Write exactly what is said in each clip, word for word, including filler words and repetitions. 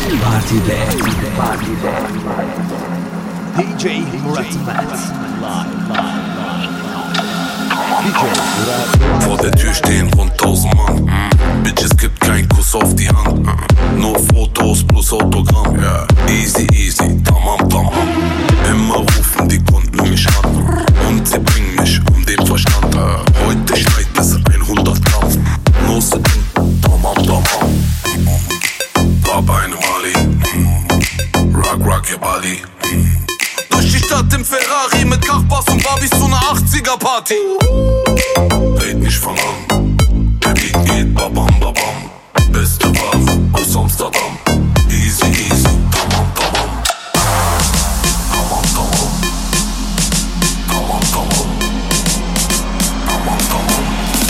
Partide. Partide. D J Murat Met. D J Murat. Vor der Tür stehen rund tausend Mann. Mm. Bitches gibt kein Kuss auf die Hand. Mm. Nur Fotos plus Autogramm. Yeah. Easy, easy, tamam, tamam. Immer rufen die Kunden mich an. Und sie bringen mich um den Verstand. Uh. Heute schneit es hundert Gramm. Nur so tamam, tamam. War bei einem Ali. Mm. Rock, rock your body. Mm. Durch die Stadt im Ferrari mit Kachbass und Barbies zu einer achtziger Party. Red nicht von an, der Beat geht babam babam. Beste Ware aus Amsterdam. Easy easy, tamam tamam. Tamam tamam. Tamam tamam. Tamam tamam.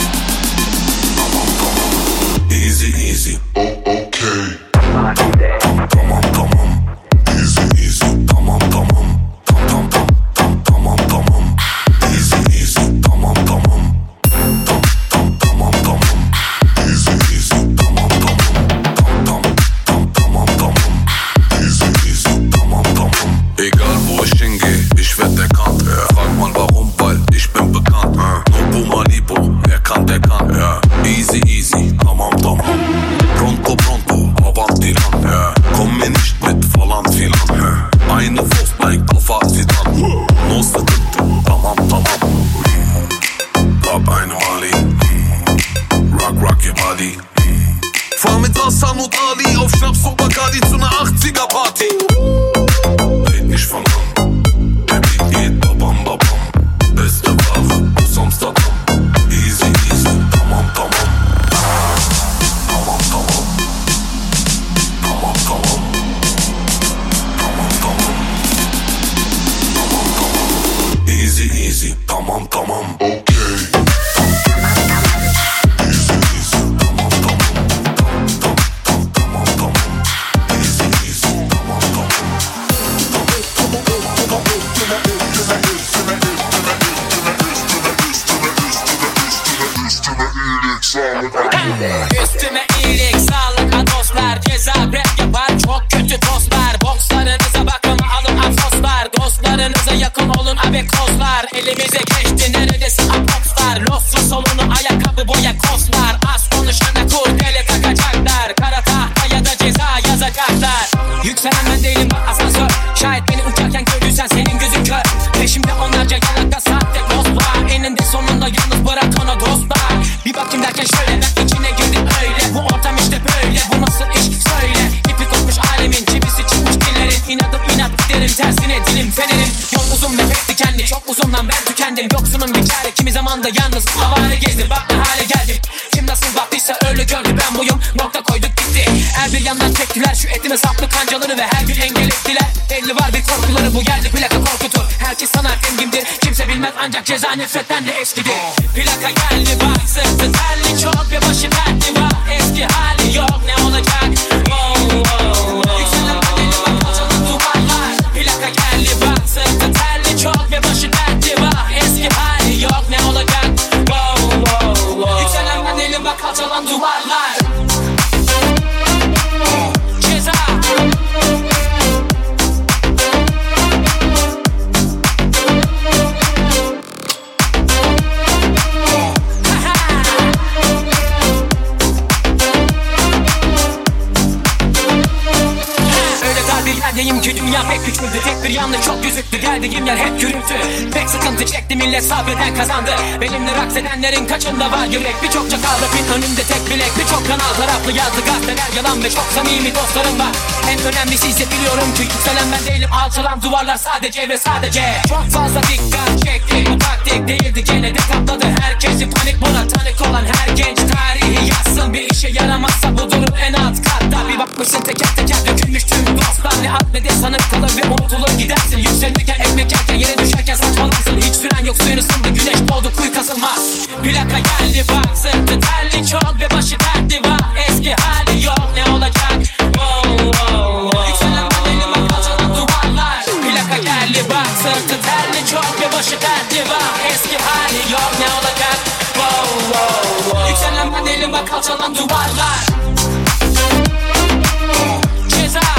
Tamam tamam. Easy easy. Oh okay. Tamam tamam. Easy easy. Tamam tamam. Tam tam tam tamam tamam. Easy easy. Tamam tamam. Tam tam tamam tamam. Easy easy. Tamam tamam. Tam tam tam tamam tamam. Easy easy. Tamam tamam. Egal wo ich hingehe, ich werd erkannt. Ja. Frag mal warum, weil ich bin bekannt. Ja. No Malibu, wer kann, der kann. Ja. Easy easy. Tamam tamam. Pronto pronto, avanti ran. Ja. Komm mir nicht mit falan filan. Ja. Eine Wurst bleibt auf Asidan. No sıkıntı, tamam tamam. Hab eine Mali. Rock rock your body. Fahr mit Hassan und Ali auf Schnaps und Bacardi zu einer achtziger Party. Red nicht von an, der Beat geht babam babam. Beste Ware aus Amsterdam. Easy easy, tamam tamam. Tamam tamam. Tamam tamam. Tamam tamam. Tamam tamam. Easy easy, tamam tamam. Okay. Easy easy, tamam tamam. Tam tam tamam tamam. Easy easy, tamam tamam. Üstüme iyilik sağlık ha dostlar. Ceza rap yapar çok kötü tostlar. Bokslarınıza bakın alın afoslar. Dostlarınıza yakın olun abekozlar. Elimize geçti neredesin apopslar. Lossuz solunu ayakkabı boya koslar. Az konuşana kurdele takacaklar. Kara tahta ya da ceza yazacaklar. Yükselen ben değilim bak asansör. Şayet beni uçarken gördüysen senin gözün kör. Peşimde onlarca yalaka sahte dostlar. Eninde sonunda yalnız bırak ona dostlar. Bir bakayım derken şöyle ben içine girdim öyle. Bu ortam işte böyle, bu nasıl iş söyle. İpi kopmuş alemin, çivisi çıkmış dillerin. İnadım inat derim tersine dilim fenerim. Yol uzun ve pek dikenli, çok uzundan ben tükendim. Yoksunun bir çare kimi zamanda yalnız havale gezdim. Bak ne hale geldim, kim nasıl baktıysa öyle gördü ben buyum. Nokta koyduk gitti, her bir yandan çektiler. Şu etime saplı kancaları ve her gün engel ettiler. Belli var bir korkuları, bu geldi plaka korkutur. Herkes sanar engimdir, kimse bilmez ancak ceza nefretten de eskidir. Plaka geldi bak sırtı terli çok ve başı dertli var. Eski hali yok ne olacak? Oh, oh, oh. Yükselen bedeli bak alçalı duvarlar. Plaka geldi bak sırtı terli çok ve başı dertli var. Eski hali yok ne olacak? Oh, oh, oh. Yükselen bedeli bak alçalan duvarlar. Ceza. Yerdeyim ki dünya pek küçüldü. Tek bir yanlış çok gözüktü. Geldiğim yer hep gürültü. Pek sıkıntı çekti millet sabreden kazandı. Benimle raks edenlerin kaçında var yürek. Birçok çakal rapin önünde tek bilek. Birçok kanal taraflı yazdı gazeteler yalan. Ve çok samimi dostlarım var. En önemlisi ise biliyorum ki yükselen ben değilim. Alçalan duvarlar sadece ve sadece. Çok fazla dikkat çekti. Bu taktik değildi gene de katladı. Herkesi panik buna tanık olan her genç tarihi yazsın. Bir işe yaramazsa bu durum en alt katta. Bir bakmışsın teker teker dökülmüş tüm dostlar. Ne at ne de sanık kalır ve unutulur gidersin. Yükselirken ekmek yerken yere düşerken saçmalarsın. Hiç süren yok suyun ısındı güneş doğdu kuyu kasılmaz. Plaka geldi bak sırtı terli çok ve başı dertli var. Eski hali yok ne olacak? Oh, oh, oh. Yükselen bedeli bak alçalan duvarlar. Plaka geldi bak sırtı terli çok ve başı dertli var. Eski hali yok ne olacak? Oh, oh, oh. Yükselen bedeli bak alçalan duvarlar. Ceza.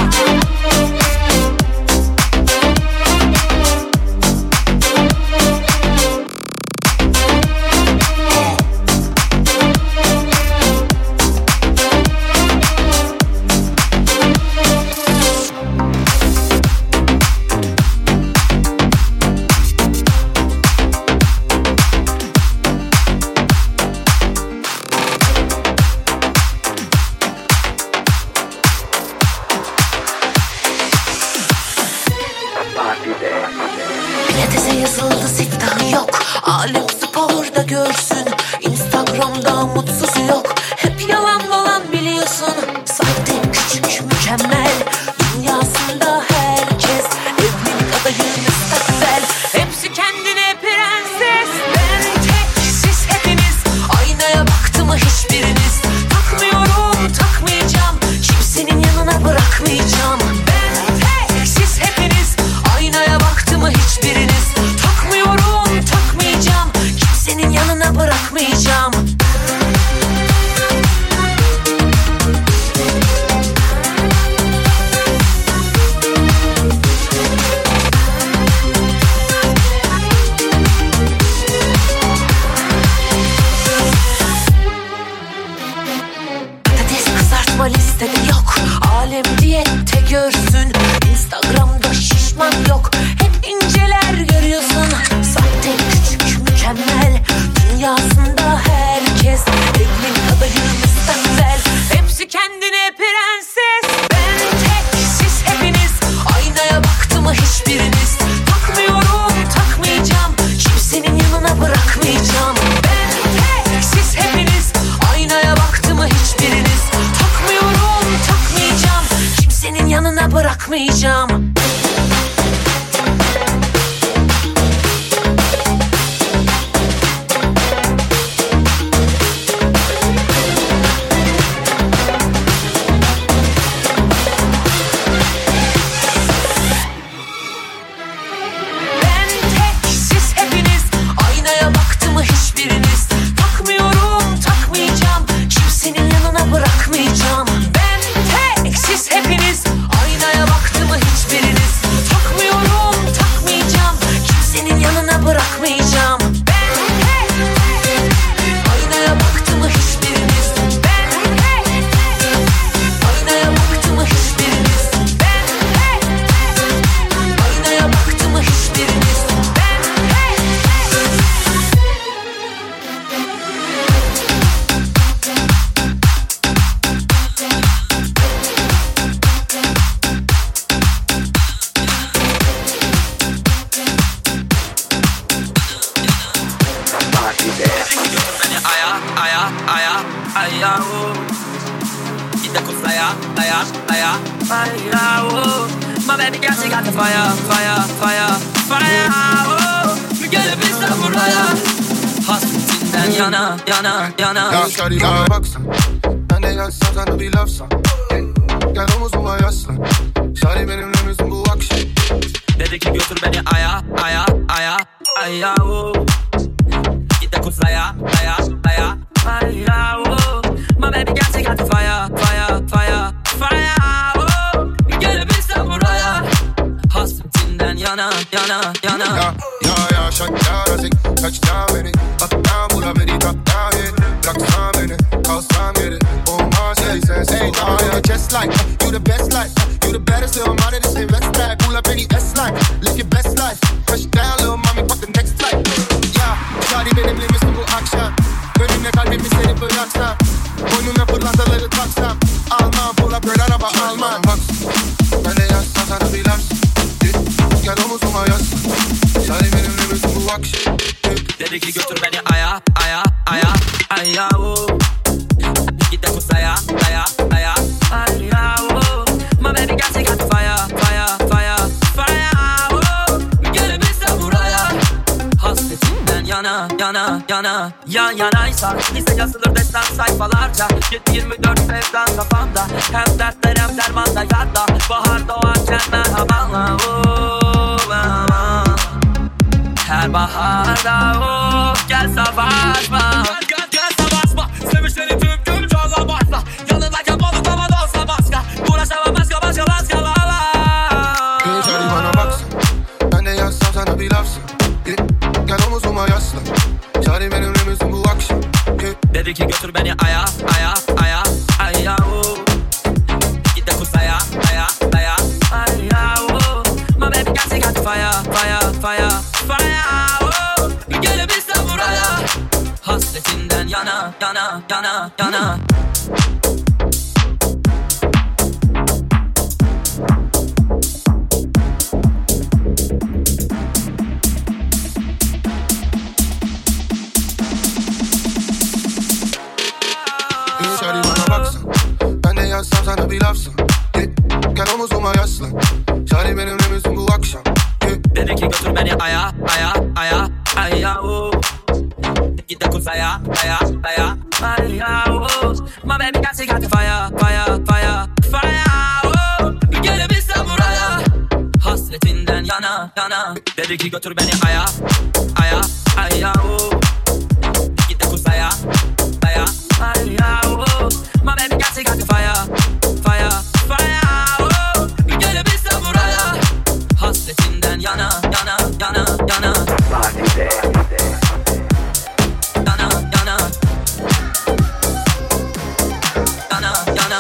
yanına bırakmayacağım. Ben tek, siz hepiniz. Aynaya baktı mı hiçbiriniz? Takmıyorum, takmayacağım. Kimsenin yanına bırakmayacağım. Listede yok, alem diyette görsün. Instagram'da şişman yok, hep inceler görüyorsun. Sahte, küçük, mükemmel, dünyasında herkes evli, kadayı, müstakbel, hepsi kendine prenses. Ben tek, siz hepiniz. Aynaya baktı mı hiçbiriniz? Takmıyorum, takmayacağım. Kimsenin yanına bırakmayacağım. Ben tek, siz hepiniz. Aynaya baktı mı hiçbiriniz? Takmayacağım, kimsenin yanına bırakmayacağım. Ben tek, siz hepiniz. Aynaya baktı mı hiçbiriniz? Takmıyorum, takmayacağım. Kimsenin yanına bırakmayacağım. Siz hepiniz. Aynaya baktı mı hiçbiriniz? Takmıyorum, takmayacağım. Kimsenin yanına bırakmayacağım. Ben hey. Aynaya baktı mı hiçbiriniz? Ben hey. Aynaya baktı mı hiçbiriniz? Ben hey. Aynaya baktı mı hiçbiriniz? Ben hey. My baby girl, she got the fire, fire, fire, fire. Oh, gelebilsem buraya. Hasretinden yana, yana, yana. Ya şarıya baksan, ben de yazsam sana bir laf san. Gel omuzuma yaslan, şarı benimle misin bu akşam? Dedi ki götür beni aya, aya, aya, aya. Oh. Git de kuzaya, aya, aya, aya. Oh. My baby girl, she got the fire, fire, fire, fire. Hasretinden yana, yana, yana. Ya, ya, ya, shut down, sing, touch down beni. Up down, bula beni, top down, yeah. Bıraksan beni, kalsam yeri. Olmaz şey, sensiz hey, olmaz ya. Just like, you the best life. You the better, still I'm out of this invest life. Pull up any S-life, live your best life. Touch down, little mommy, fuck the next flight. Ya, şari benimle misin bu akşam? Önümle kalbimi seni bıraksam. Boynuna pırlantaları taksam. Almam, pull up, girl, araba almam. Ben de yazsam sana bir laf. Gel omuzuma yaslan, şarı benimle misin bu akşam? Dedi ki götür beni aya, aya, aya, aya. Oh. Git de kuzaya, aya, aya, aya. Oh. My baby girl, she got the fire, fire, fire, fire. Oh. Gelebilsem buraya. Hasretinden yana, yana, yana. Yan yanaysa ise yazılır destan sayfalarca. yedi yirmi dört sevdan kafamda. Hem dertler hem dermanda yarda. Bahar doğarken merhabanla. Oh. Her baharda oh, gel savaşma. Gel gel gel savaşma. Sevişleri tüm gün canla başla. Yanındayken balık havada olsa başka. Uğraşamam başka başka başka la la. Hey şarı bana baksın, ben de yazsam sana bir laf san. Gel omuzuma yaslan, şarı benimle misin bu akşam? Dedi ki götür beni aya, aya, aya, aya. Oh. Git de kuzaya, aya, aya, aya. Oh. My baby girl, she got the fire, fire, fire, fire. Oh. Gelebilsem buraya. Hasretinden yana, yana, yana, yana. Şarı bana baksın, ben de yazsam sana bir laf san. Gel omuzuma yaslan, şarı benimle misin bu akşam? Dedi ki götür beni aya, aya, aya, aya. Oh. Git de kuzaya, aya, aya, aya. Oh. My baby got she got the fire, fire, fire, fire. Oh. Dedi ki götür beni aya, aya, aya oh. Git de kuzaya, aya, aya oh. My baby got to got the fire, fire, fire oh. Gelebilse buraya, hasretinden yana, yana, yana, yana. Partide. Yana, yana. Yana, yana.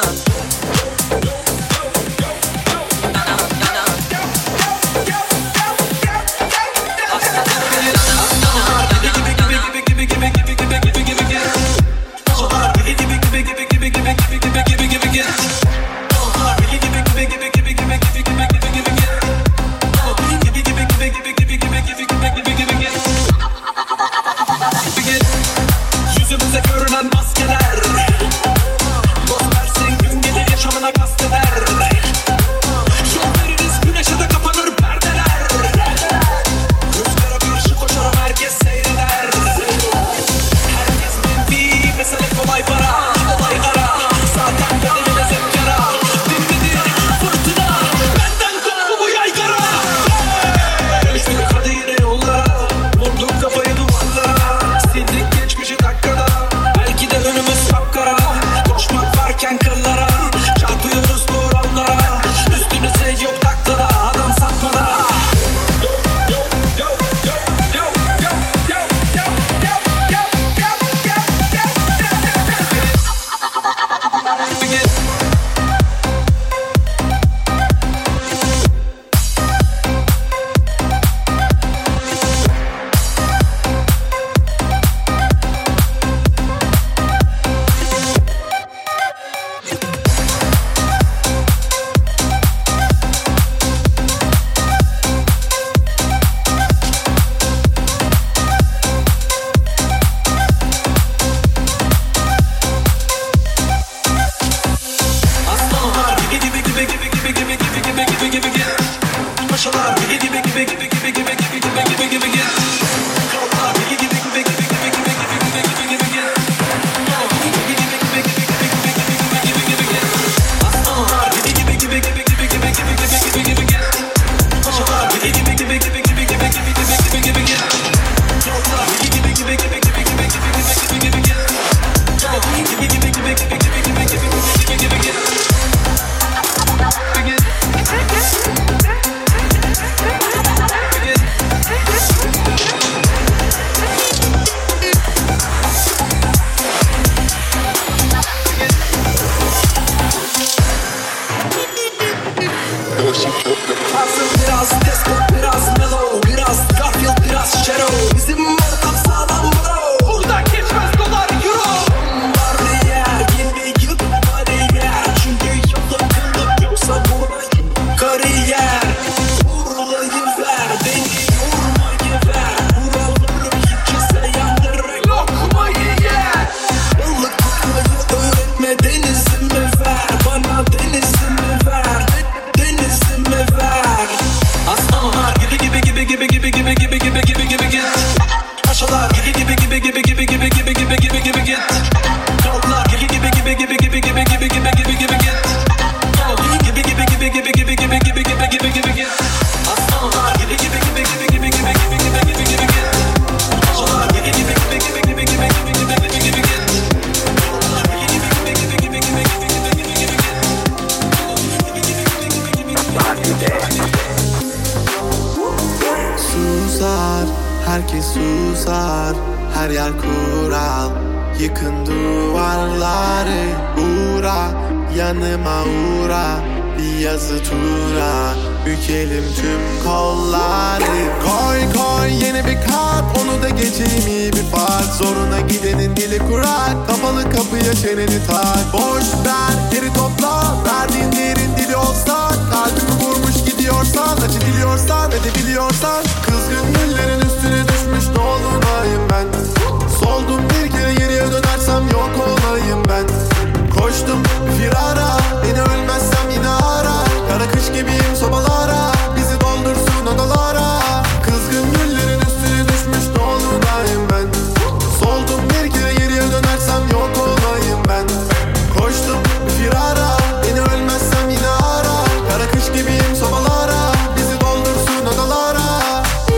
Yüzümüze görünen maskeler, dost versin gün gelir yaşamına gazeteler. Yol veririz güneşe de kapanır perdeler. Rüzgara karşı koşarım herkes seyreder. Herkes menfi mesele kolay para, kolay ara. Zaten bedenine zevkara, dinledir fırtına. Benden koptu bu yaygara. Düştük hadi yine yollara, vurduk kafayı duvarlara. Sildik geçmişi dakikada, belki de önümüz kapkara. Koşmak varken kırlara, çarpıyoruz kurallara. Üstümüze yok taklada, adam satmada. Aslanlar gibi gibi gibi gibi gibi gibi gibi gibi gibi gibi gibi. Paşalar gibi gibi gibi gibi gibi gibi gibi gibi gibi gibi gibi. Krallar gibi gibi gibi gibi gibi gibi gibi gibi gibi gibi gibi. Gibi gibi gibi gibi gibi gibi gibi gibi gibi gibi. Aslanlar gibi gibi gibi gibi gibi gibi gibi gibi gibi gibi gibi. Paşalar gibi gibi gibi gibi gibi gibi gibi gibi gibi gibi gibi. Krallar gibi gibi gibi gibi gibi gibi gibi gibi gibi gibi gibi. Gibi gibi gibi gibi gibi gibi gibi gibi gibi gibi. Tarzım biraz disco, biraz mellow, biraz Garfield, biraz Shadow. Bizim ortam sağlam bro, buradan geçmez dolar euro. Bariyer gibi yık bariyer, çünkü yolda kılıp yoksa burayı kariyer. Urlayı ver, beni yormayı ver, buraları hiç yandır lokmayı yer. Balık tutmayı öğretme denizimi ver, bana denizimi ver, denizimi ver. Aslanlar gibi gibi gibi gibi gibi gibi gibi gibi gibi gibi git. Paşalar gibi gibi gibi gibi gibi gibi gibi gibi gibi gibi git. Krallar gibi gibi gibi gibi gibi gibi gibi gibi gibi gibi git. Gibi gibi gibi gibi gibi gibi gibi gibi gibi gibi git. Aslanlar gibi gibi gibi gibi gibi gibi gibi gibi gibi gibi git. Paşalar gibi gibi gibi gibi gibi gibi gibi gibi gibi gibi git. Krallar gibi gibi gibi gibi gibi gibi gibi gibi gibi gibi git. Susar, herkes susar, her yer kural. Yıkın duvarları, uğra, yanıma uğra. Bir yazı tura, bükelim tüm kolları. Koy koy yeni bir kart, onu da geçeyim iyi bir part. Zoruna gidenin dili kurar, kapalı kapıya çeneni tak. Boş ver, geri topla, verdiğin yerin dili olsa. Kalbimi vurmuş gidiyorsan, acı diliyorsan, edebiliyorsan. Kızgın güllerin üstüne düşmüş dolunayım ben. Soldum bir kere geriye dönersem yok olayım ben. Koştum firara, beni ölmezsem yine ara. Kara kış gibiyim sobalara, bizi doldursun odalara. Kızgın güllerin üstüne düşmüş dolunayım ben. Soldum bir kere geriye dönersem yok olayım ben. Koştum firara, beni ölmezsem yine ara. Kara kış gibiyim sobalara, bizi doldursun odalara.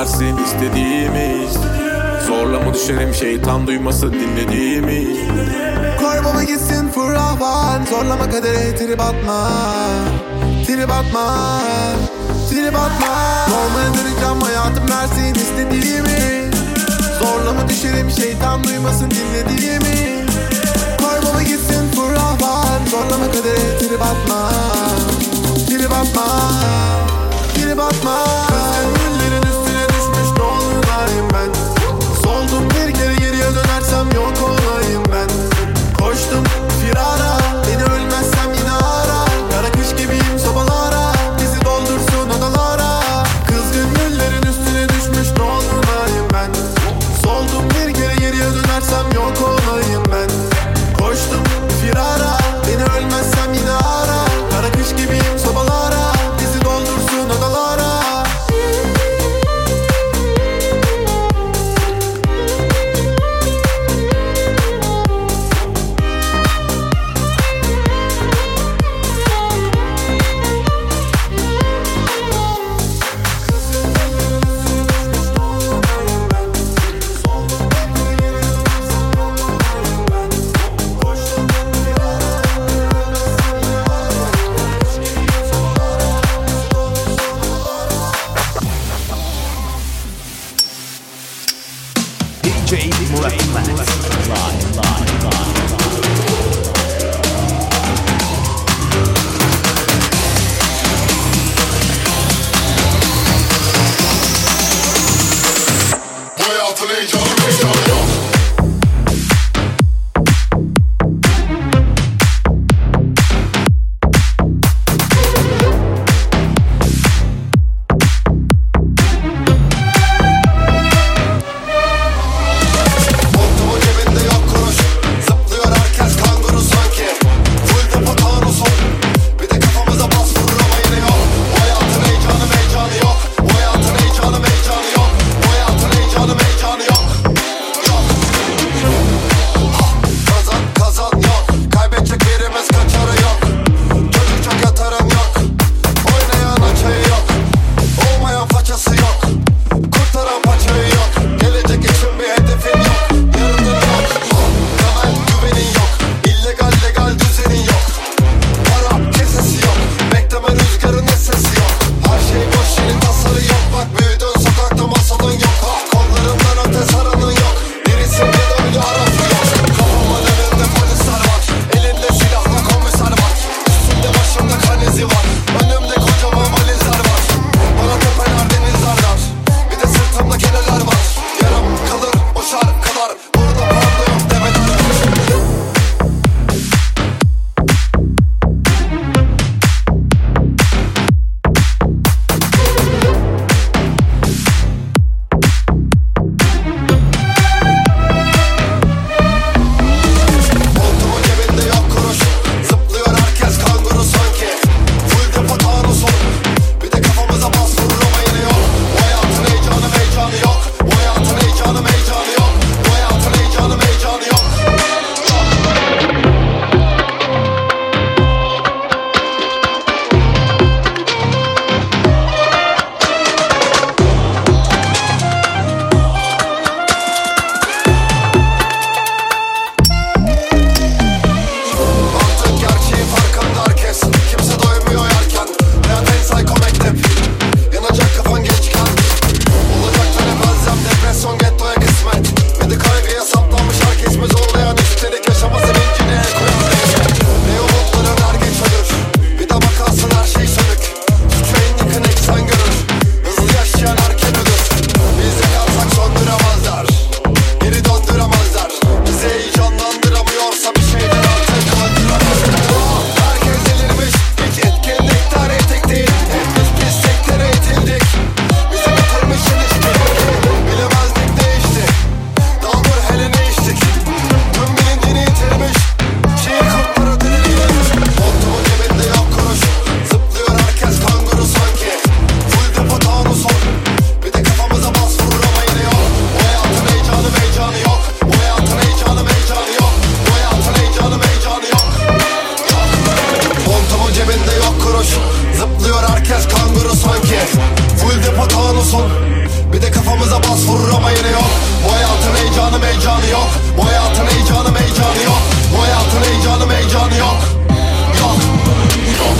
dönersin istediğimiz. Zorla mı düşerim şeytan duyması dinlediğimi. Koy baba gitsin fırlavan. Zorlama kadere trip atma. Trip atma. Trip atma. Normale döneceğim hayatım versin istediğimi. Zorla mı düşerim şeytan duymasın dinlediğimi. Koy baba gitsin fırlavan. Zorlama kadere trip atma. Trip atma. Trip atma. Güllerin üstüne düşmüş dolunayım ben. Soldum bir kere geriye dönersem yok olayım ben. Koştum firara, beni ölmezsem yine ara. Kara kış gibiyim sobalara, bizi doldursun odalara. Kızgın güllerin üstüne düşmüş dolunayım ben. Soldum bir kere geriye dönersem yok olayım ben. Koştum firara, beni ölmezsem yine ara. Kara kış gibiyim sobalara, bizi doldursun odalara. gaz vurur ama yine yok. Bu hayatın heyecanı meycanı yok. Bu hayatın heyecanı meycanı yok. Bu hayatın heyecanı meycanı yok. Yok, yok.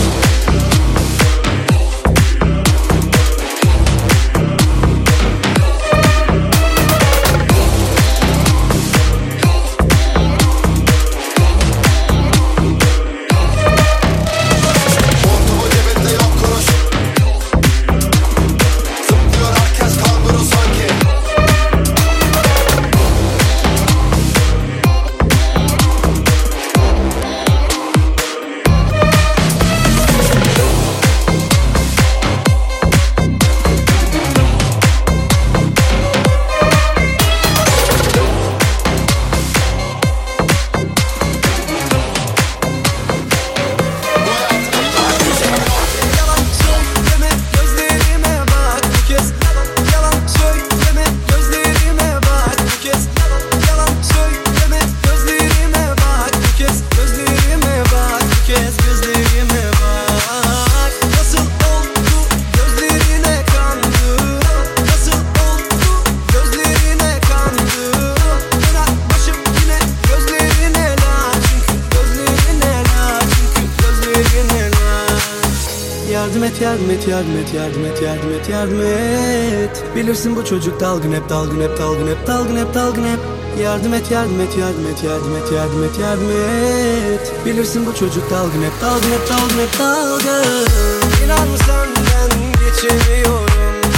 Yardım et, yardım et, yardım et, yardım et, yardım et, yardım et. Bilirsin bu çocuk dalgın hep, dalgın hep, dalgın hep, dalgın hep, dalgın hep. Yardım et, yardım et, yardım et, yardım et, yardım et, yardım et. Bilirsin bu çocuk dalgın hep, dalgın hep, dalgın hep, dalgın. İnan senden geçemiyorum.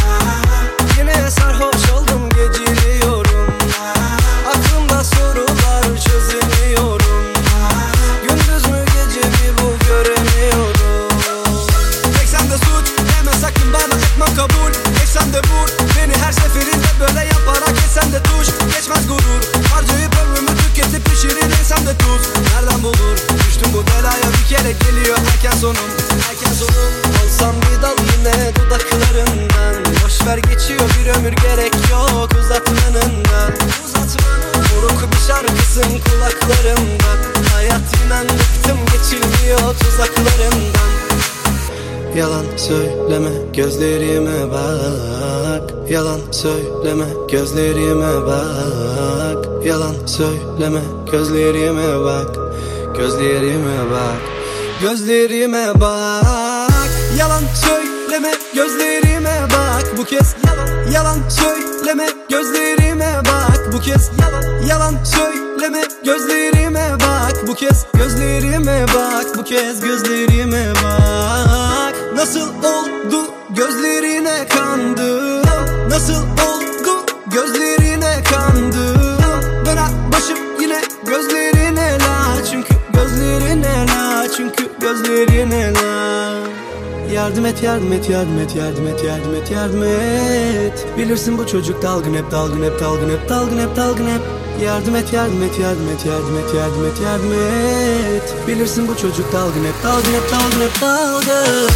Yine sarhoş oldum, geciliyorum. Aklımda sorular çözemiyorum. Gündüz mü gece mi bu göremiyorum. Tek sende suç, deme sakın bana, etmem kabul. Hep sende vur, beni her seferinde böyle yaparak etsen de tuş. Geçmez gurur, harcayıp ömrümü tüketip pişirir insan da tuz. Nereden bulur, düştüm bu belaya bir kere geliyor erken sonum. Erken sonum, olsam bir dal yine dudaklarından. Boşver geçiyor bir ömür, gerek yok uzatmanından. Uzatmanın, buruk bir şarkısın kulaklarımda. Hayat inan bıktım, geçilmiyor tuzaklarından. Yalan söyleme, gözlerime bak. Yalan söyleme, gözlerime bak. Yalan söyleme, gözlerime bak. Gözlerime bak. Gözlerime bak. Yalan söyleme, gözlerime bak. Bu kez yalan, yalan söyleme, gözlerime bak. Bu kez yalan, yalan söyleme, gözlerime bak. Bu kez gözlerime bak. Bu kez gözlerime bak. Nasıl oldu gözlerine kandım? Nasıl oldu gözlerine kandım? Döner başım yine gözlerine la. Çünkü gözlerine la. Çünkü gözlerine la. Yardım et, yardım et, yardım et, yardım et, yardım et, yardım et. Bilirsin bu çocuk dalgın hep, dalgın hep, dalgın hep, dalgın hep, dalgın hep. Yardım et, yardım et, yardım et, yardım et, yardım et, yardım et. Bilirsin bu çocuk dalgın hep, dalgın hep, dalgın hep, dalgın.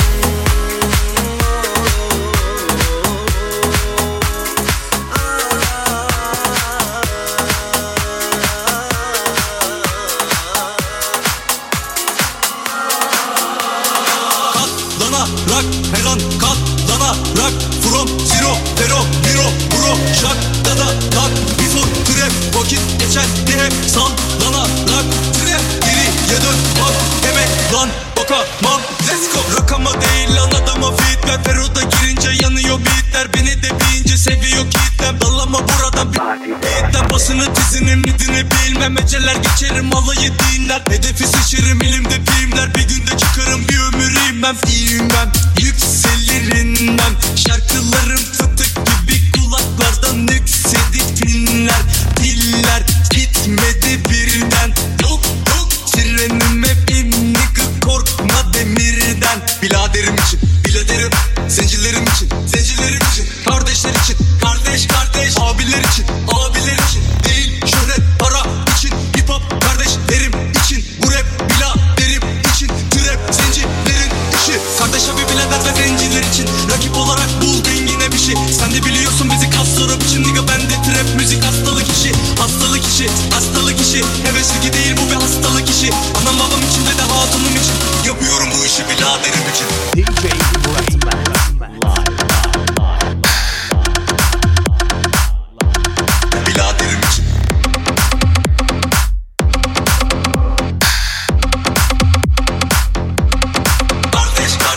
Rock, her an katlanarak From zero, zero, miro, bro Şak, dada, tak, before trap Vakit geçer diye hep sallanarak Trap, geriye dön, bak, emek lan bakamam, let's go Rakama değil lan adama feed ver Fero'da girince yanıyor beatler Beni de bilince seviyor kitlem Dallama buradan bir beatler Basını dizinin midini bilmem Eceler geçerim alayı dinler Hedefi seçerim elimde filmler Bir günde çıkarım bir ömür inmem İnmem, yükselirim inmem Şarkılarım fıtık gibi kulaklardan yükselip dinler Diller gitmedi birden Yok yok Trenime bin nigga korkma demirden Biladerim için, biladerim Zencilerim için, zencilerim için Kardeşler için, kardeş kardeş Abiler için, abiler için Değil şöhret para için Hip hop kardeşlerim için Bu rap biladerim için Trap zencilerin işi Kardeş abi bilader ve zenciler için Rakip olarak bul dengine bir şey Sen de biliyorsun bizi kaslara biçim Nigga bende trap müzik hastalık işi Hastalık işi, hastalık işi Hevesli değil bu bir hastalık işi Anam babam için ve de hatunum için Yapıyorum bu işi biladerim için D J Murat Matt live.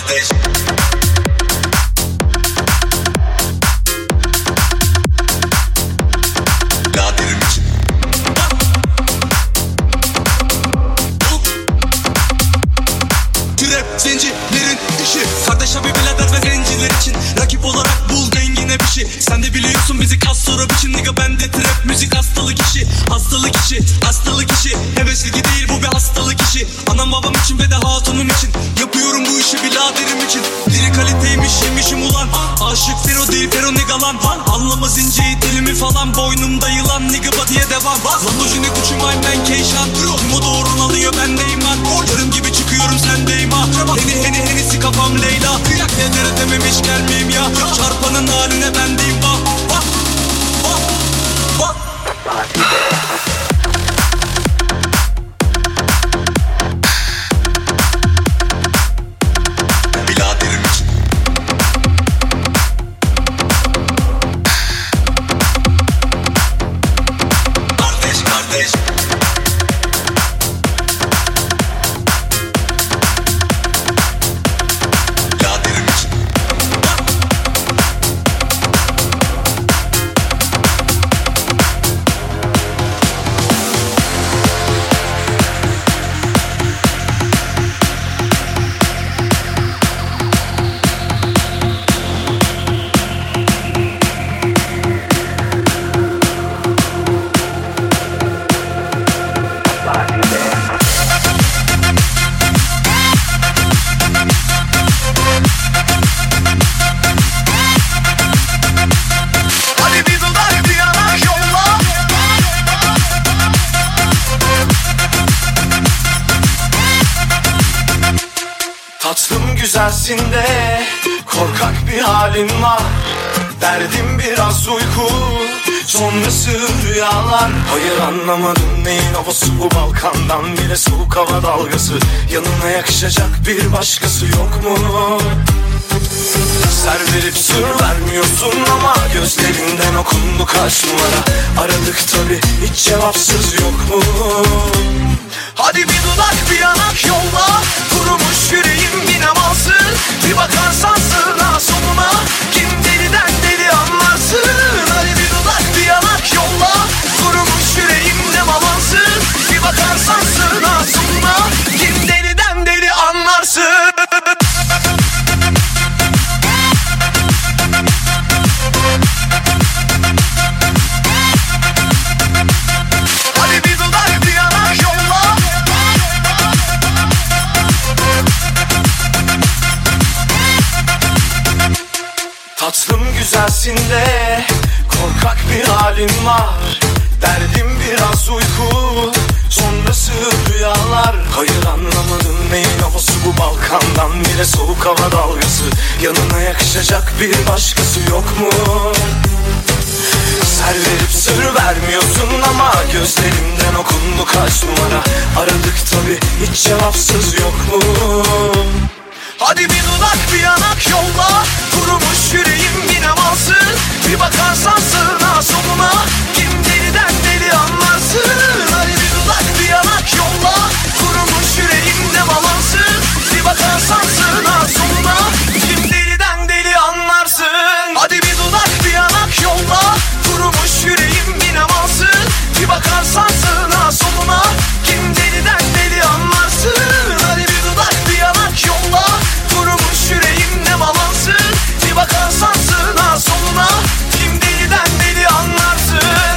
kardeş. Biraderim için. Türep zencilerin işi. Kardeş abi birader ve zenciler için. Rakip olarak bul dengine bir şey. Sen de biliyorsun bizi kas sonra biçim. Nigga bende trap müzik hastalık işi. Hastalık işi, hastalık işi. Hevesli değil bu bir hastalık işi. Anam babam için ve de hatunum için. Yapıyorum bu işi biraderim için. Diri kaliteymiş yemişim ulan. Aşık fero değil fero nigga lan. Anlamaz inceyi dilimi falan. Boynumda yılan nigga body'ye devam. Lamborghini kuçum I'm ben Keyşan. Timo doğrun alıyor bendeyim lan. Yarım gibi çıkıyorum sendeyim ha. Heni heni henisi kafam Leyla. Nelere dememiş gelmeyeyim ya. Çarpanın haline bendeyim bak. Bak. Bak. Bak. Biraderim için. Kardeş kardeş. Biraderim için. Hadi bir dudak bir yanak yolla. Tatlım güzelsin de korkak bir halin var. Derdim biraz uyku, sonrası rüyalar. Hayır anlamadım neyin havası bu, Balkan'dan bile soğuk hava dalgası. Yanına yakışacak bir başkası yok mu? Ser verip sır vermiyorsun ama gözlerinden okundu kaç numara. Aradık tabi hiç cevapsız yok mu? Hadi bir dudak bir yanak yolla. Kurumuş yüreğim yine malsın. Bir bakarsan sığına sonuna. Kim deliden deli anlarsın. Hadi bir dudak bir yanak yolla. Kurumuş yüreğim ne malansın. Bir bakarsan sığına sonuna. Kim deliden deli anlarsın. Hadi bir dudak bir yanak yolla. Tatlım güzelsin de korkak bir halin var. Derdim biraz uyku, sonrası rüyalar. Hayır anlamadım neyin havası bu, Balkan'dan bile soğuk hava dalgası. Yanına yakışacak bir başkası yok mu? Ser verip sır vermiyorsun ama gözlerimden okundu kaç numara. Aradık tabi hiç cevapsız yok mu? Hadi bir dudak bir yanak yolla. Kurumuş yüreğim yine malsın. Bir bakarsan sığına sonuna. Kim deliden deli anlarsın. Hadi bir dudak bir yanak yolla. Kurumuş yüreğim ne malansın. Bir bakarsan sığına sonuna. Kim deliden deli anlarsın. Hadi bir dudak bir yanak yolla. Kurumuş yüreğim yine malsın. Bir bakarsan sığına sonuna. Kim deliden deli anlarsın. Hadi bir dudak bir yanak yolla. Kurumuş yüreğim ne malansın. Bir bakarsan sığına sonuna. Kim deliden deli anlarsın.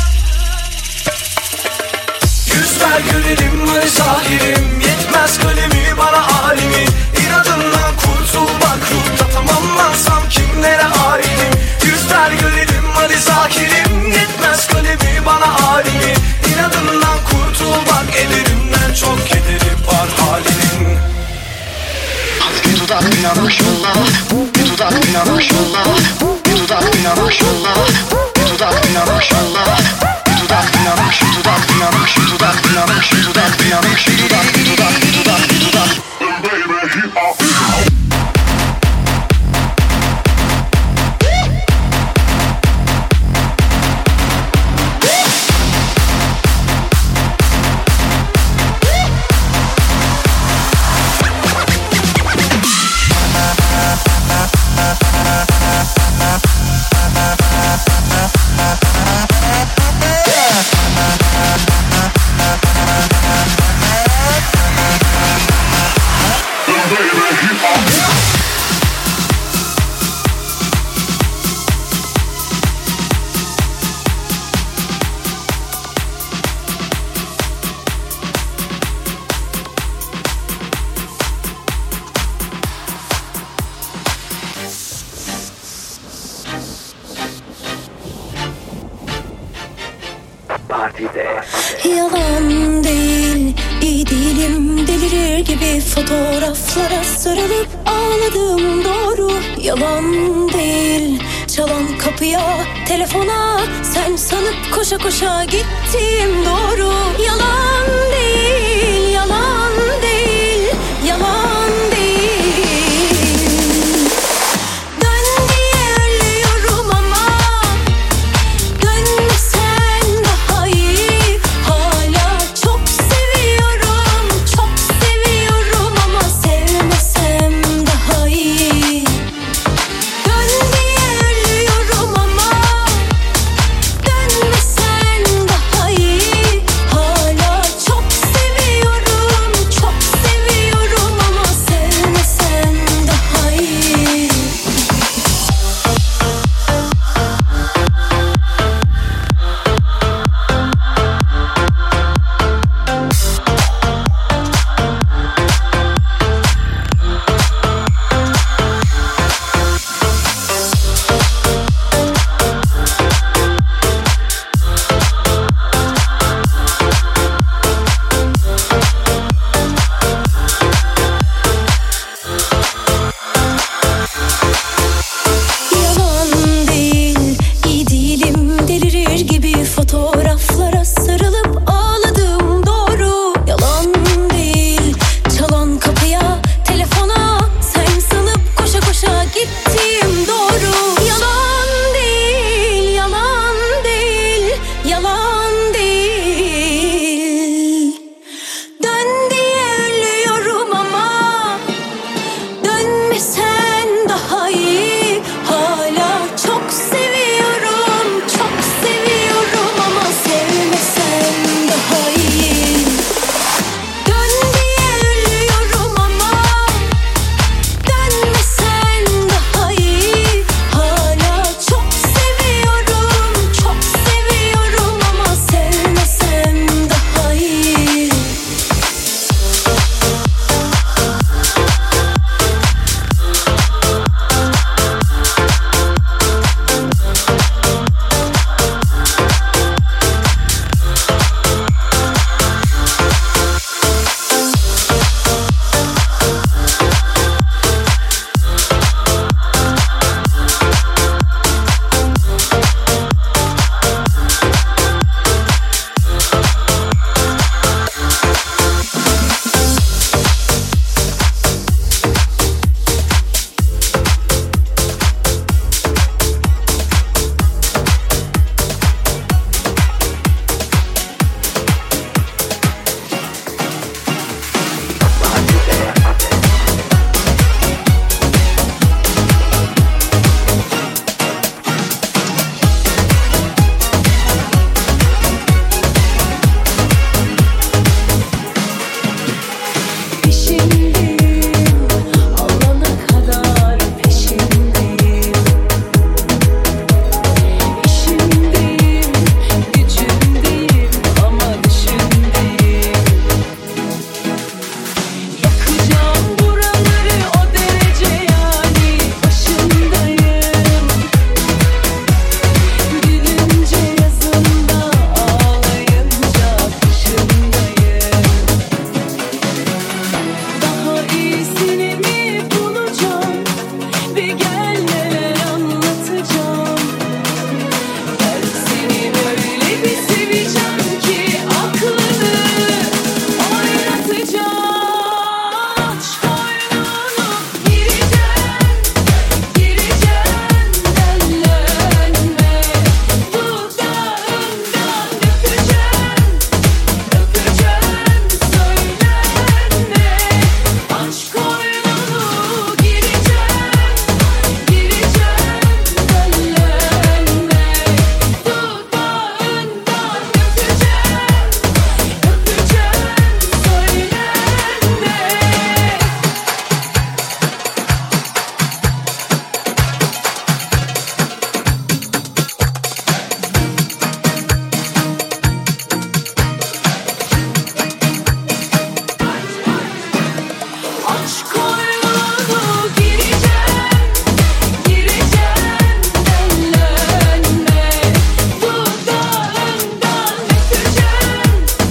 Yüz ver görelim hadi zahirim. Yetmez kalemi bana halimi. İnadından kurtul bak ruhta tamamlansam kimlere aitim. Yüz ver görelim hadi zahirim. Yetmez kalemi bana halimi. İnadından kurtul bak ederimden çok kederi var halinin. Bir dudak bir yanak yolla. Bir dudak bir yanak yolla. Bir dudak bir yanak yolla. Bir dudak bir yanak yolla. Bir dudak bir yanak, bir dudak bir yanak, bir dudak bir yanak, bir dudak bir yanak, bir dudak, bir dudak, bir dudak, bir dudak. Yalan değil, iyi değilim, delirir gibi fotoğraflara sarılıp ağladım, doğru. Yalan değil, çalan kapıya, telefona sen sanıp koşa koşa gittim, doğru. Yalan değil, yalan değil, yalan değil. Dön diye ölüyorum ama dönmesen daha iyi. Hala çok seviyorum, çok seviyorum ama sevmesem daha iyi. Dön diye ölüyorum ama dönmesen daha iyi. Hala çok seviyorum, çok seviyorum ama sevmesen daha iyi. Yalan değil, iyi değilim, delirir gibi fotoğraflara sarılıp ağladım, doğru. Yalan değil, çalan kapıya, telefona sen sanıp koşa koşa gittim, doğru. Yalan değil, yalan değil, yalan değil. Dön diye ölüyorum ama dönmesen daha iyi. Hala çok seviyorum, çok seviyorum ama sevmesen daha iyi. Dön diye ölüyorum ama dönmesen daha iyi. Hala çok seviyorum, çok seviyorum ama sevmesen daha iyi. Peşindeyim, alana kadar peşindeyim. İşimdeyim, gücümdeyim ama düşündeyim. Yakacağım buraları o derece, yani başındayım. Gülünce yazında, ağlayınca kışındayım. Daha iyisini mi bulacağım? Bir gel neler anlatacağım. Ben seni böyle bir seveceğim ki aklını oynatacağım. Aç koynunu, gireceğim, gireceğim, dellenme. Dudağından öpeceğim, öpeceğim, söylenme. Aç koynunu, gireceğim, gireceğim, dellenme. Dudağından öpeceğim,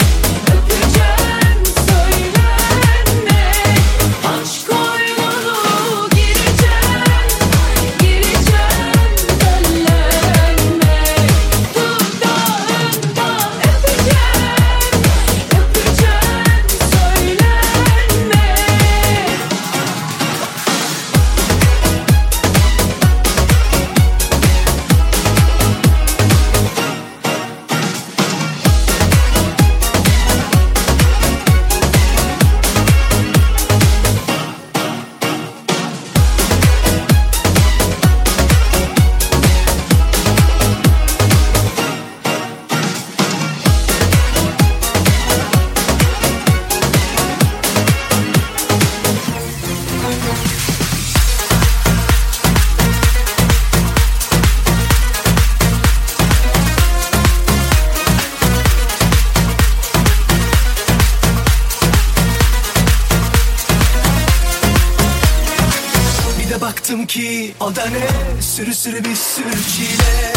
baktım ki o da ne, sürü sürü bir sürü çile.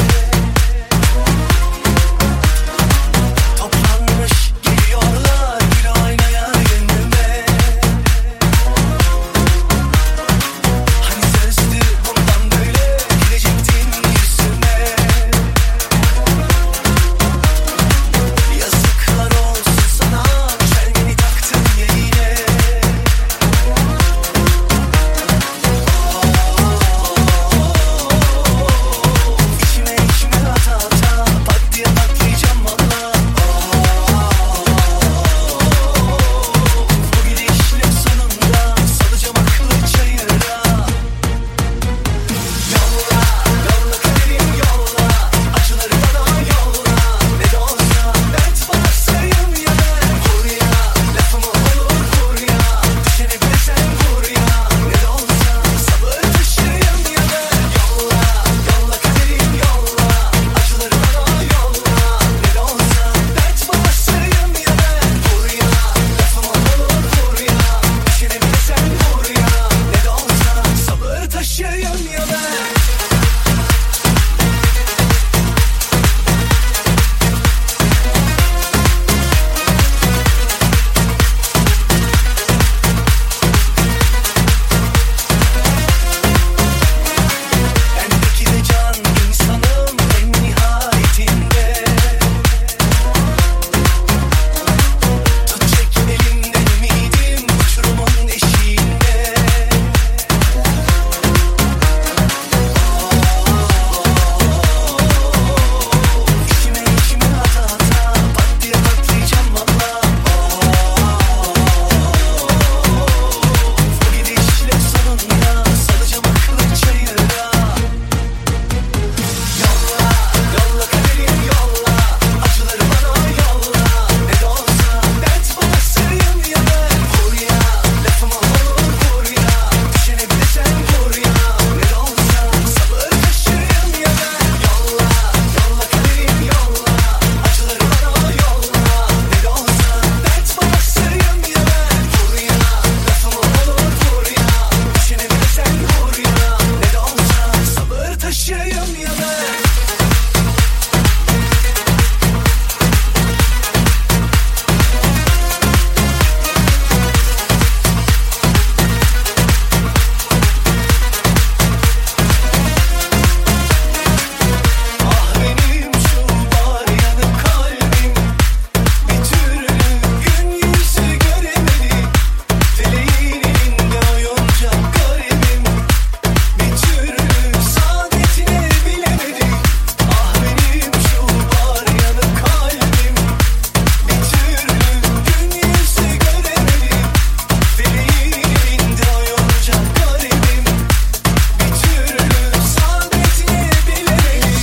Toplanmış geliyorlar bir aynaya gönlüme. Hani sözdü bundan böyle gelecektin yüzüme. Yazıklar olsun sana, çelmeni taktın ya yine. İçime içime ata ata pat diye patlayacağım valla. Bu gidişle sonunda salacağım aklı çayıra. Yolla, yolla kaderim yolla, acıları bana yolla. Ne de olsa dert varsayım ya ben. Vur ya, lafımı olur vur ya, düşeni bile sen vur ya. Ne de olsa sabır taşıyım ya ben. Yolla, yolla kaderim yolla, acıları bana yolla. Ne de olsa dert varsayım ya ben. Vur ya, lafımı olur vur ya, düşeni bile sen vur ya. Ne de olsa sabır taşıyım ya ben. Bendeki de can insanım en nihayetinde. Tutacak elimden ümidim uçurumun eşiğinde. İçime içime ata ata pat diye patlayacağım valla. Bu gidişle sonunda salacağım aklı çayıra. Yolla, yolla kaderim yolla, acıları bana yolla. Ne de olsa dert babasıyım ya ben. Vur ya, lafımı olur vur ya, düşeni bile sen vur ya. Ne de olsa sabır taşıyım ya ben. Yolla, yolla kaderim yolla, acıları bana yolla. Ne de olsa dert babasıyım ya ben. Vur ya, lafımı olur vur ya, düşeni bile sen vur ya. Ne de olsa sabır taşıyım ya ben. Ah benim şu var yanık kalbim, bir türlü gün yüzü göremedi. Feleğin elinde oyuncak garibim, bir türlü saadetine bilemedi. Ah benim şu var yanık kalbim, bir türlü gün yüzü göremedi. Feleğin elinde oyuncak garibim, bir türlü saadetine bilemedi.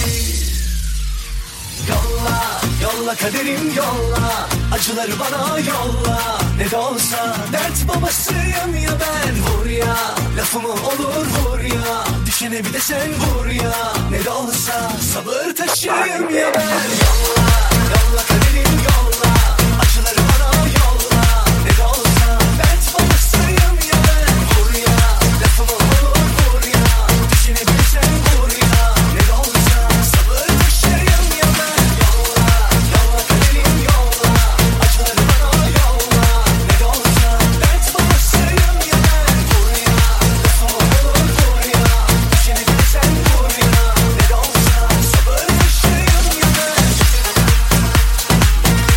Yolla, yolla kaderim yolla, acıları bana yolla. Ne de olsa dert babasıyım ya ben. Vur ya, lafımı olur vur ya, düşene bir de sen vur ya. Ne de olsa sabır taşıyım ya ben. Yolla, yolla kaderim yolla, acıları bana yolla. Ne de olsa dert babasıyım ya ben. Vur ya, lafımı olur vur ya, düşene bir de sen vur ya. Ne de olsa sabır taşıyım ya ben. Yolla, yolla kaderim yolla, acıları bana yolla. Ne de olsa dert babasıyım ya ben. Vur ya, lafımı olur vur ya, düşene bir de sen vur ya. Ne de olsa sabır taşıyım ya ben.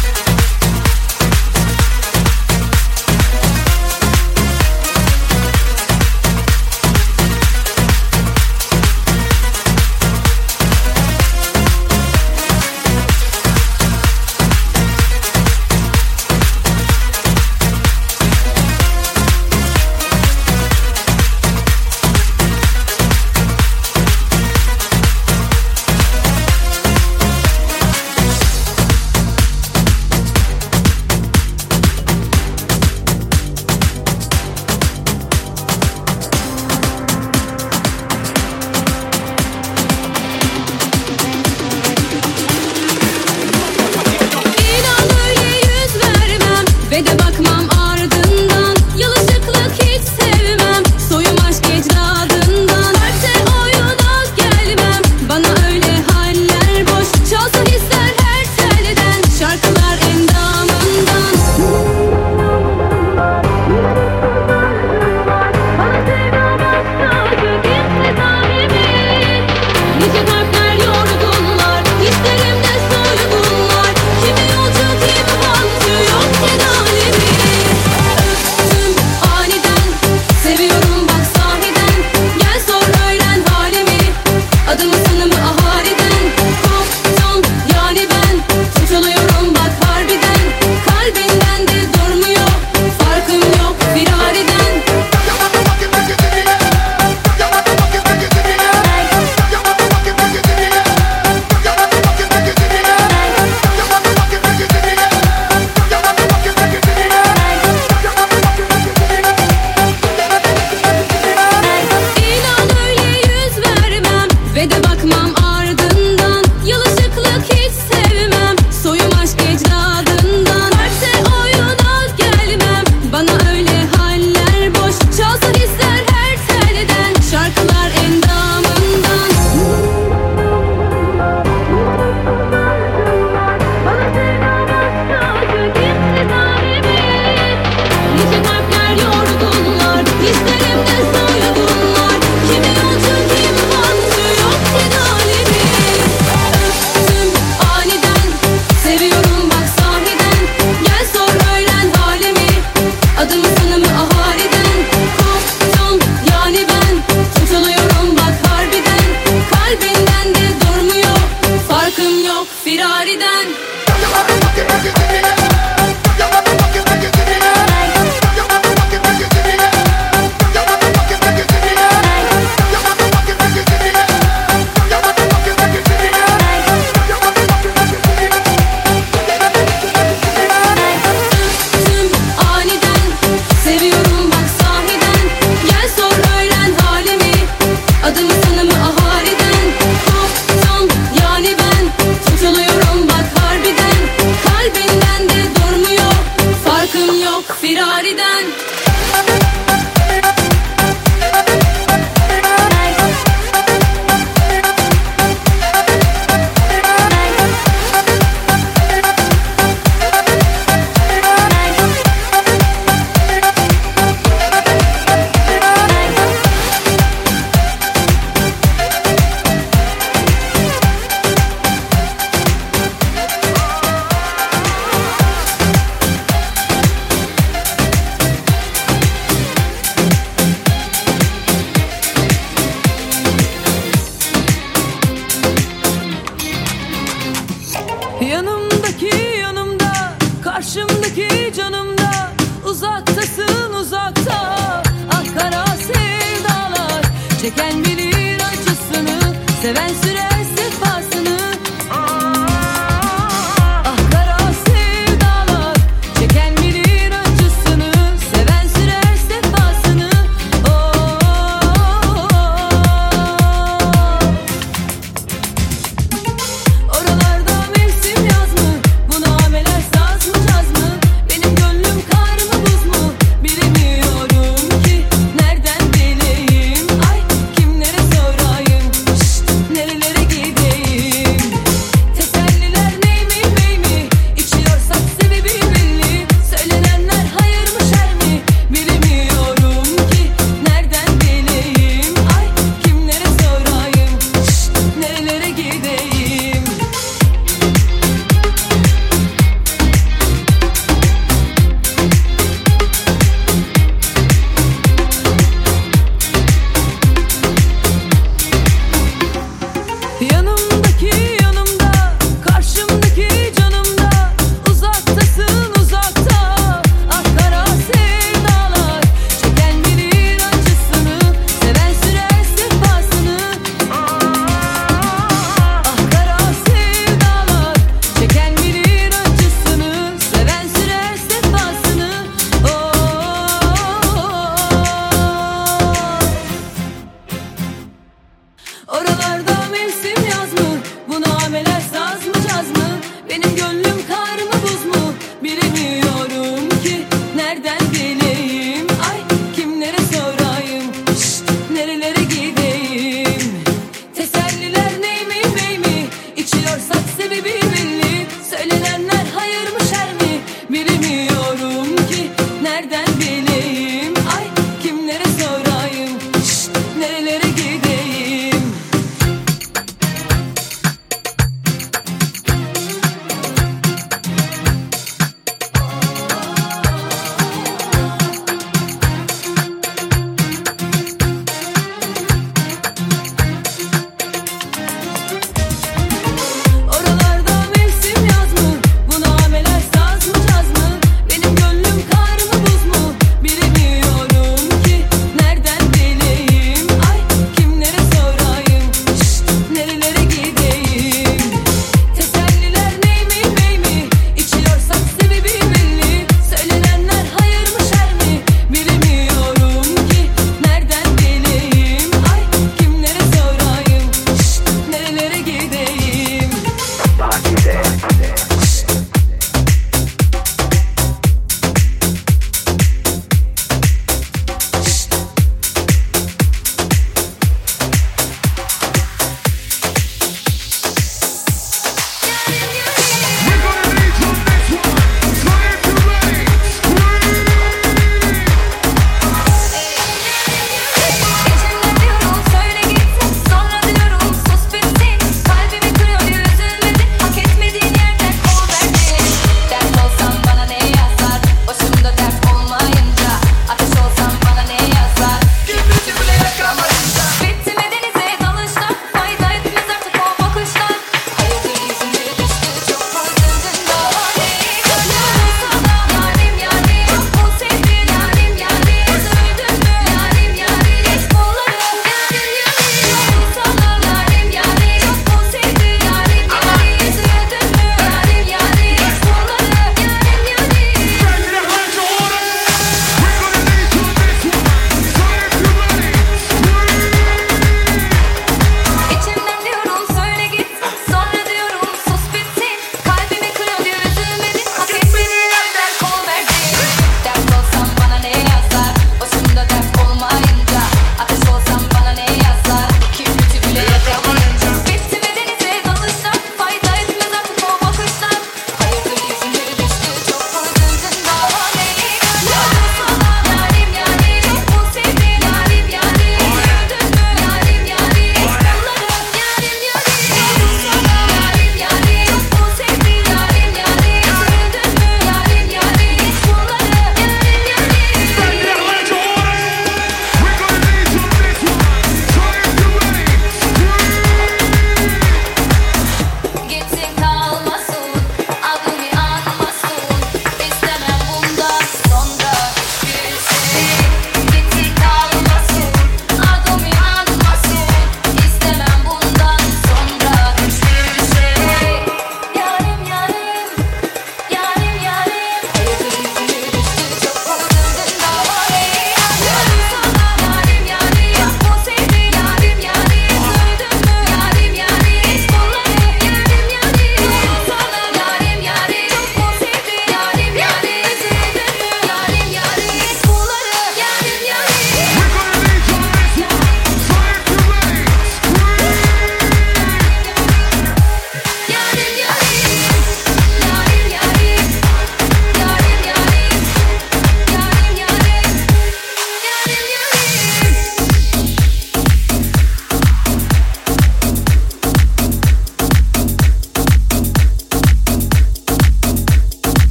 Çeken bilir acısını, seven sürer sefasını. Ah kara sevdalar, çeken bilir acısını, seven sürer sefasını. Oralarda mevsim yaz mı, bu nameler saz mı caz mı? Benim gönlüm kar mı buz mu, bilemiyorum ki nereden bileyim. Ay kimlere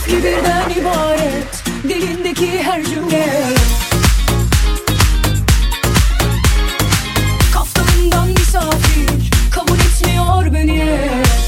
kibirden ibaret dilindeki her cümle. Kaftanından misafir kabul etmiyor beni.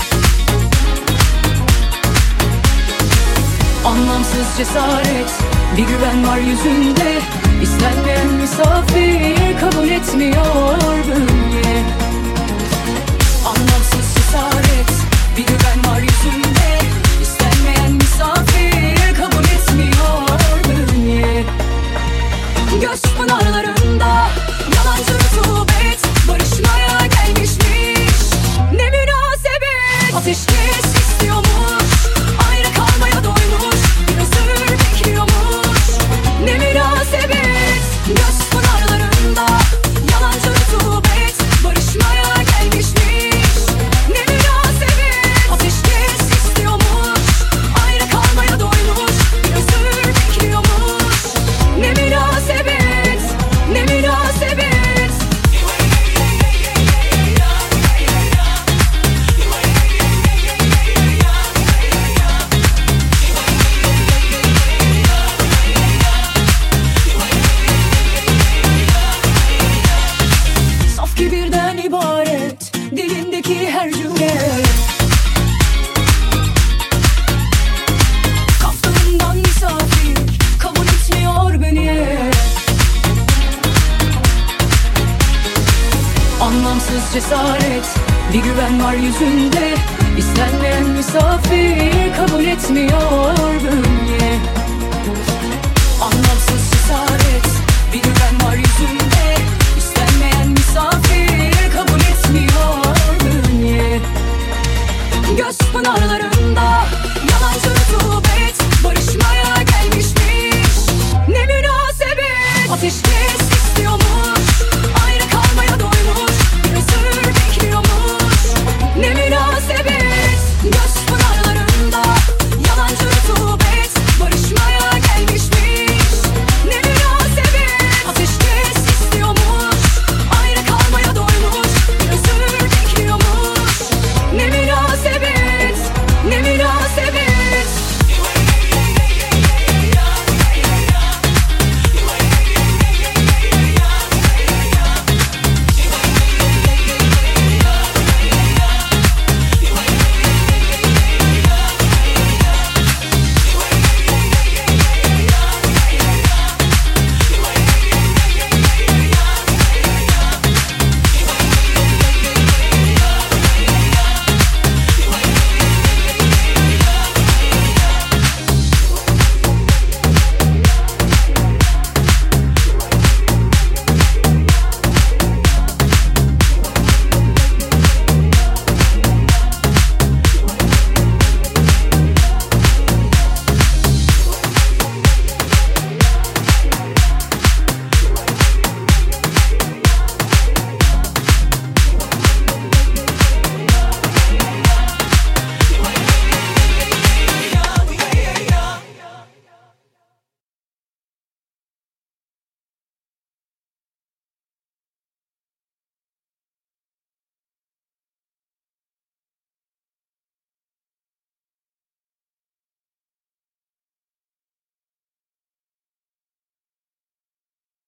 Anlamsız cesaret, bir güven var yüzünde. İstenmeyen misafir kabul etmiyor beni. Anlamsız cesaret, bir güven var yüzünde. İstenmeyen misafir kabul etmiyor beni. Göz pınarlarında yalancı rutubet barışmaya gelmişmiş. Ne münasebet, ateşkes istiyormuş, ayrı kalmaya doymuş, bir özür bekliyormuş. Ne münasebet, göz pınarlarında yalancı rutubet barışmaya gelmişmiş. Ne münasebet, ateşkes istiyormuş, ayrı kalmaya doymuş, bir özür bekliyormuş. Ne münasebet, ne münasebet. Saf kibirden ibaret dilindeki her cümle. Kaftanından misafir kabul etmiyor beni. Anlamsız cesaret, bir güven var yüzünde. İstenmeyen misafir kabul etmiyor